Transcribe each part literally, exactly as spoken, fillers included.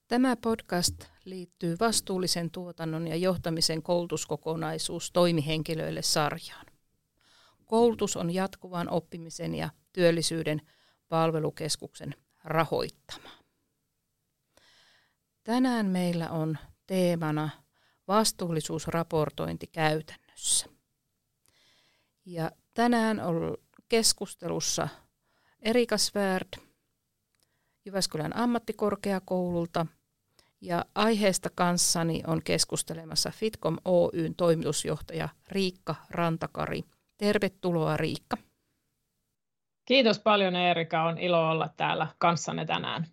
Tämä podcast liittyy vastuullisen tuotannon ja johtamisen koulutuskokonaisuus toimihenkilöille sarjaan. Koulutus on jatkuvan oppimisen ja työllisyyden palvelukeskuksen rahoittama. Tänään meillä on teemana vastuullisuusraportointi käytännössä. Ja tänään on keskustelussa Erika Svärd Jyväskylän ammattikorkeakoululta ja aiheesta kanssani on keskustelemassa Fitcom Oy:n toimitusjohtaja Riikka Rantakari. Tervetuloa Riikka. Kiitos paljon Erika, on ilo olla täällä kanssanne tänään.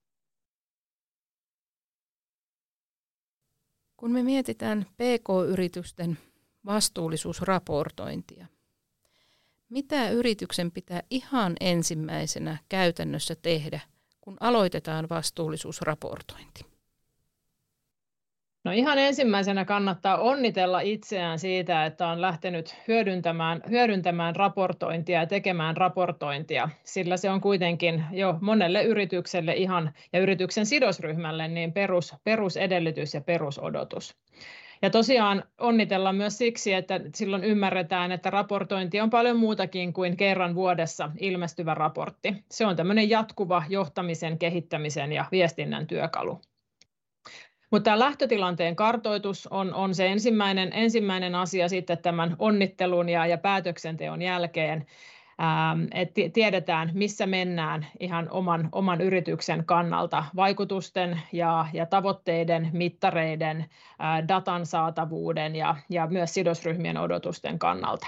Kun me mietitään P K-yritysten vastuullisuusraportointia, mitä yrityksen pitää ihan ensimmäisenä käytännössä tehdä, kun aloitetaan vastuullisuusraportointi? No ihan ensimmäisenä kannattaa onnitella itseään siitä, että on lähtenyt hyödyntämään, hyödyntämään raportointia ja tekemään raportointia, sillä se on kuitenkin jo monelle yritykselle ihan ja yrityksen sidosryhmälle niin perus, perusedellytys ja perusodotus. Ja tosiaan onnitellaan myös siksi, että silloin ymmärretään, että raportointi on paljon muutakin kuin kerran vuodessa ilmestyvä raportti. Se on tämmöinen jatkuva johtamisen, kehittämisen ja viestinnän työkalu. Mutta tämä lähtötilanteen kartoitus on, on se ensimmäinen, ensimmäinen asia sitten tämän onnittelun ja, ja päätöksenteon jälkeen, että tiedetään, missä mennään ihan oman, oman yrityksen kannalta vaikutusten ja, ja tavoitteiden, mittareiden, ää, datan saatavuuden ja, ja myös sidosryhmien odotusten kannalta.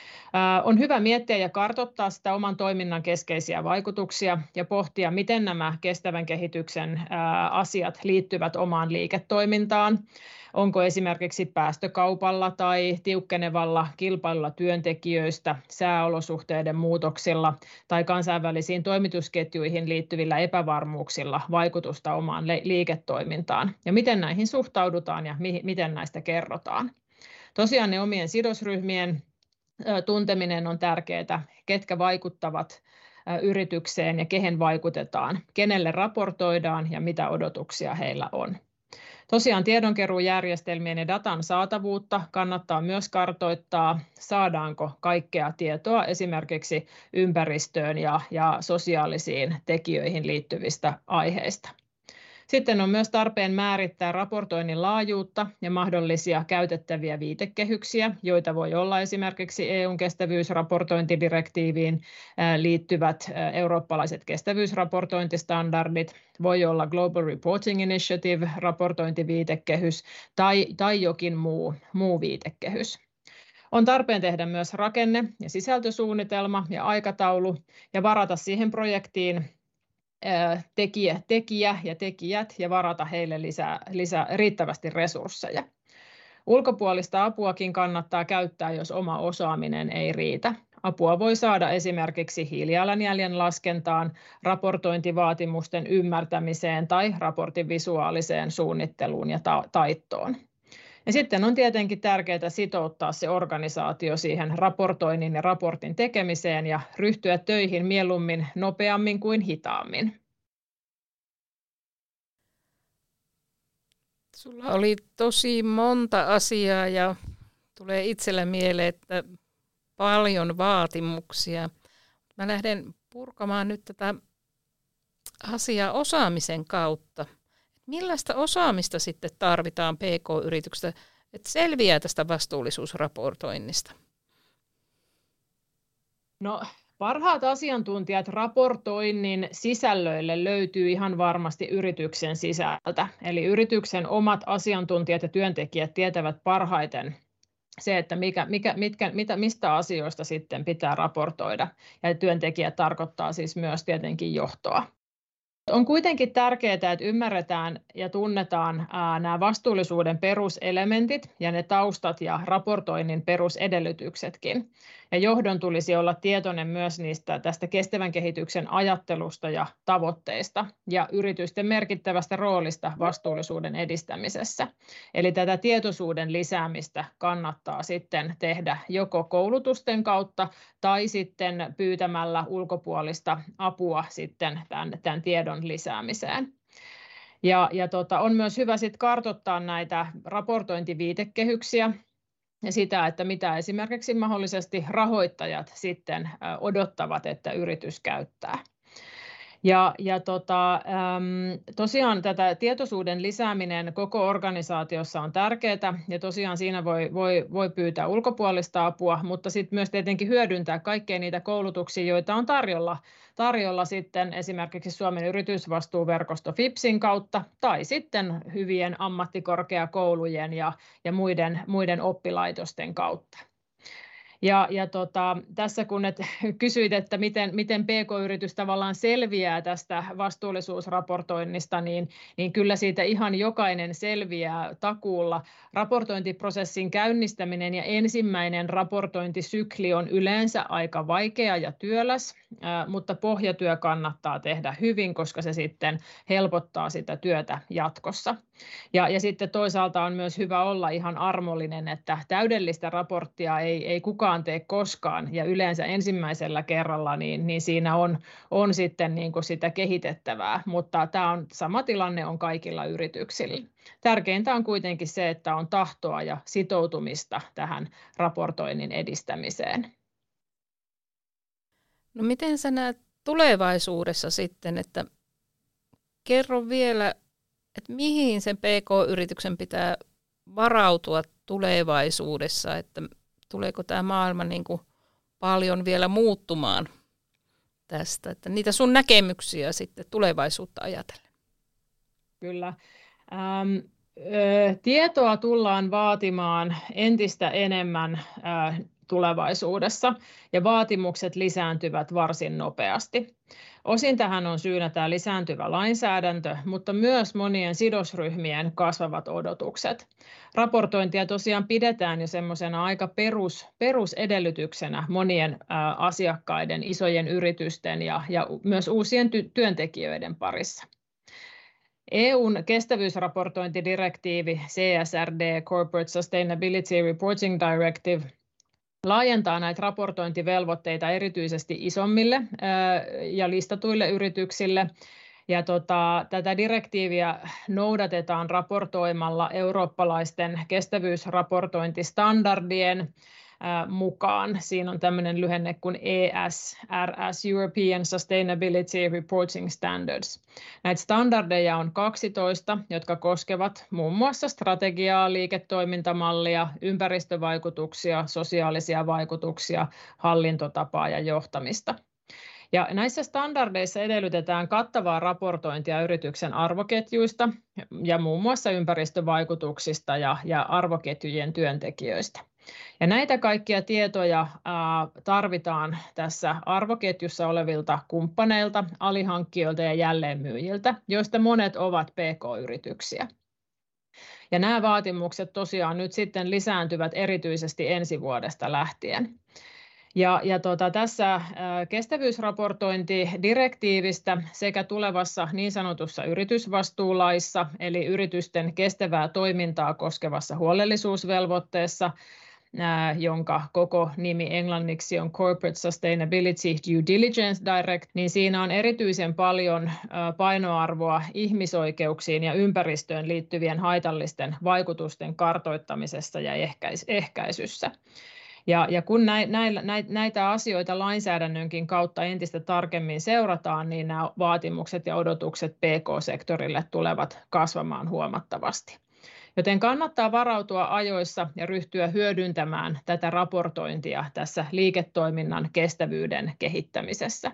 On hyvä miettiä ja kartoittaa sitä oman toiminnan keskeisiä vaikutuksia ja pohtia, miten nämä kestävän kehityksen asiat liittyvät omaan liiketoimintaan. Onko esimerkiksi päästökaupalla tai tiukkenevalla kilpailulla työntekijöistä, sääolosuhteiden muutoksilla tai kansainvälisiin toimitusketjuihin liittyvillä epävarmuuksilla vaikutusta omaan liiketoimintaan ja miten näihin suhtaudutaan ja miten näistä kerrotaan. Tosiaan ne omien sidosryhmien tunteminen on tärkeää, ketkä vaikuttavat yritykseen ja kehen vaikutetaan, kenelle raportoidaan ja mitä odotuksia heillä on. Tosiaan tiedonkeruujärjestelmien ja datan saatavuutta kannattaa myös kartoittaa, saadaanko kaikkea tietoa esimerkiksi ympäristöön ja, ja sosiaalisiin tekijöihin liittyvistä aiheista. Sitten on myös tarpeen määrittää raportoinnin laajuutta ja mahdollisia käytettäviä viitekehyksiä, joita voi olla esimerkiksi E U:n kestävyysraportointidirektiiviin liittyvät eurooppalaiset kestävyysraportointistandardit, voi olla Global Reporting Initiative raportointiviitekehys tai, tai jokin muu, muu viitekehys. On tarpeen tehdä myös rakenne- ja sisältösuunnitelma ja aikataulu ja varata siihen projektiin Tekijä, tekijä ja tekijät ja varata heille lisää, lisää, riittävästi resursseja. Ulkopuolista apuakin kannattaa käyttää, jos oma osaaminen ei riitä. Apua voi saada esimerkiksi hiilijalanjäljen laskentaan, raportointivaatimusten ymmärtämiseen tai raportin visuaaliseen suunnitteluun ja ta- taittoon. Ja sitten on tietenkin tärkeää sitouttaa se organisaatio siihen raportoinnin ja raportin tekemiseen ja ryhtyä töihin mieluummin nopeammin kuin hitaammin. Sulla oli tosi monta asiaa ja tulee itsellä mieleen, että paljon vaatimuksia. Mä lähden purkamaan nyt tätä asiaa osaamisen kautta. Millaista osaamista sitten tarvitaan P K-yrityksestä, että selviää tästä vastuullisuusraportoinnista? No, parhaat asiantuntijat raportoinnin sisällöille löytyy ihan varmasti yrityksen sisältä. Eli yrityksen omat asiantuntijat ja työntekijät tietävät parhaiten se, että mikä, mikä, mitkä, mitä, mistä asioista sitten pitää raportoida. Ja työntekijät tarkoittaa siis myös tietenkin johtoa. On kuitenkin tärkeää, että ymmärretään ja tunnetaan ää, nämä vastuullisuuden peruselementit ja ne taustat ja raportoinnin perusedellytyksetkin. Ja johdon tulisi olla tietoinen myös niistä tästä kestävän kehityksen ajattelusta ja tavoitteista ja yritysten merkittävästä roolista vastuullisuuden edistämisessä. Eli tätä tietoisuuden lisäämistä kannattaa sitten tehdä joko koulutusten kautta tai sitten pyytämällä ulkopuolista apua sitten tämän, tämän tiedon lisäämiseen. Ja, ja tota, on myös hyvä sit kartoittaa näitä raportointiviitekehyksiä ja sitä, että mitä esimerkiksi mahdollisesti rahoittajat sitten odottavat, että yritys käyttää. Ja, ja tota, tosiaan tätä tietoisuuden lisääminen koko organisaatiossa on tärkeää, ja tosiaan siinä voi, voi, voi pyytää ulkopuolista apua, mutta sitten myös tietenkin hyödyntää kaikkia niitä koulutuksia, joita on tarjolla, tarjolla sitten esimerkiksi Suomen yritysvastuuverkosto FIPSin kautta, tai sitten hyvien ammattikorkeakoulujen ja, ja muiden, muiden oppilaitosten kautta. Ja, ja tota, tässä kun et kysyit, että miten, miten P K-yritys tavallaan selviää tästä vastuullisuusraportoinnista, niin, niin kyllä siitä ihan jokainen selviää takuulla. Raportointiprosessin käynnistäminen ja ensimmäinen raportointisykli on yleensä aika vaikea ja työläs, äh, mutta pohjatyö kannattaa tehdä hyvin, koska se sitten helpottaa sitä työtä jatkossa. Ja, ja sitten toisaalta on myös hyvä olla ihan armollinen, että täydellistä raporttia ei, ei kukaan tee koskaan, ja yleensä ensimmäisellä kerralla niin, niin siinä on, on sitten niin kuin sitä kehitettävää, mutta tämä on, sama tilanne on kaikilla yrityksillä. Tärkeintä on kuitenkin se, että on tahtoa ja sitoutumista tähän raportoinnin edistämiseen. No miten sä näet tulevaisuudessa sitten, että kerro vielä, että mihin sen P K-yrityksen pitää varautua tulevaisuudessa, että tuleeko tämä maailma niin kuin paljon vielä muuttumaan tästä, että niitä sun näkemyksiä sitten tulevaisuutta ajatellen. Kyllä. Ähm, ö, tietoa tullaan vaatimaan entistä enemmän äh, tulevaisuudessa, ja vaatimukset lisääntyvät varsin nopeasti. Osin tähän on syynä tämä lisääntyvä lainsäädäntö, mutta myös monien sidosryhmien kasvavat odotukset. Raportointia tosiaan pidetään jo semmoisena aika perus, perusedellytyksenä monien ä, asiakkaiden, isojen yritysten ja, ja myös uusien ty- työntekijöiden parissa. E U:n kestävyysraportointidirektiivi C S R D, Corporate Sustainability Reporting Directive, laajentaa näitä raportointivelvoitteita erityisesti isommille ja listatuille yrityksille. Ja tota, tätä direktiiviä noudatetaan raportoimalla eurooppalaisten kestävyysraportointistandardien mukaan. Siinä on tämmöinen lyhenne kuin E S R S, European Sustainability Reporting Standards. Näitä standardeja on kaksitoista, jotka koskevat muun muassa strategiaa, liiketoimintamallia, ympäristövaikutuksia, sosiaalisia vaikutuksia, hallintotapaa ja johtamista. Ja näissä standardeissa edellytetään kattavaa raportointia yrityksen arvoketjuista ja muun muassa ympäristövaikutuksista ja, ja arvoketjujen työntekijöistä. Ja näitä kaikkia tietoja ää, tarvitaan tässä arvoketjussa olevilta kumppaneilta, alihankkijoilta ja jälleenmyyjiltä, joista monet ovat P K-yrityksiä. Ja nämä vaatimukset tosiaan nyt sitten lisääntyvät erityisesti ensi vuodesta lähtien. Ja, ja tuota, tässä ä, kestävyysraportointidirektiivistä sekä tulevassa niin sanotussa yritysvastuulaissa, eli yritysten kestävää toimintaa koskevassa huolellisuusvelvoitteessa, ä, jonka koko nimi englanniksi on Corporate Sustainability Due Diligence Direct, niin siinä on erityisen paljon ä, painoarvoa ihmisoikeuksiin ja ympäristöön liittyvien haitallisten vaikutusten kartoittamisessa ja ehkäis- ehkäisyssä. Ja, ja kun näillä, näitä asioita lainsäädännönkin kautta entistä tarkemmin seurataan, niin nämä vaatimukset ja odotukset P K-sektorille tulevat kasvamaan huomattavasti. Joten kannattaa varautua ajoissa ja ryhtyä hyödyntämään tätä raportointia tässä liiketoiminnan kestävyyden kehittämisessä.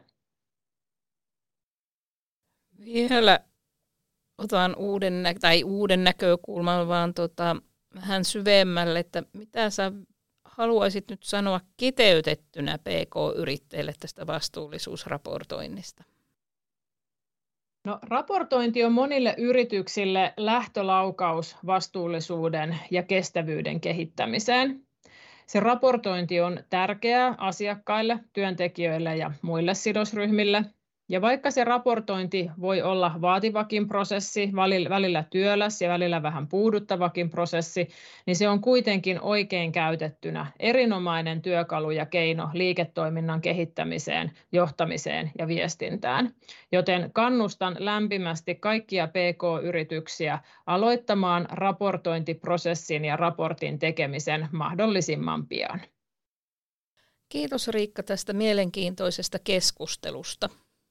Vielä otan uuden, nä- tai uuden näkökulman vaan tota, vähän syvemmälle, että mitä sä haluaisit nyt sanoa kiteytettynä P K-yrittäjille tästä vastuullisuusraportoinnista? No, raportointi on monille yrityksille lähtölaukaus vastuullisuuden ja kestävyyden kehittämiseen. Se raportointi on tärkeää asiakkaille, työntekijöille ja muille sidosryhmille. Ja vaikka se raportointi voi olla vaativakin prosessi, välillä työläs ja välillä vähän puuduttavakin prosessi, niin se on kuitenkin oikein käytettynä erinomainen työkalu ja keino liiketoiminnan kehittämiseen, johtamiseen ja viestintään. Joten kannustan lämpimästi kaikkia P K-yrityksiä aloittamaan raportointiprosessin ja raportin tekemisen mahdollisimman pian. Kiitos Riikka tästä mielenkiintoisesta keskustelusta.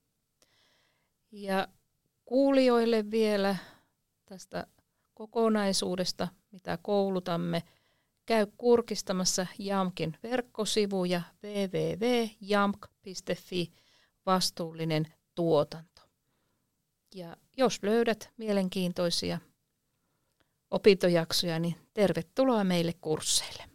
Ja kuulijoille vielä tästä kokonaisuudesta, mitä koulutamme, käy kurkistamassa JAMKin verkkosivuja double-u double-u double-u piste jamk piste fi vastuullinen tuotanto. Ja jos löydät mielenkiintoisia opintojaksoja, niin tervetuloa meille kursseille.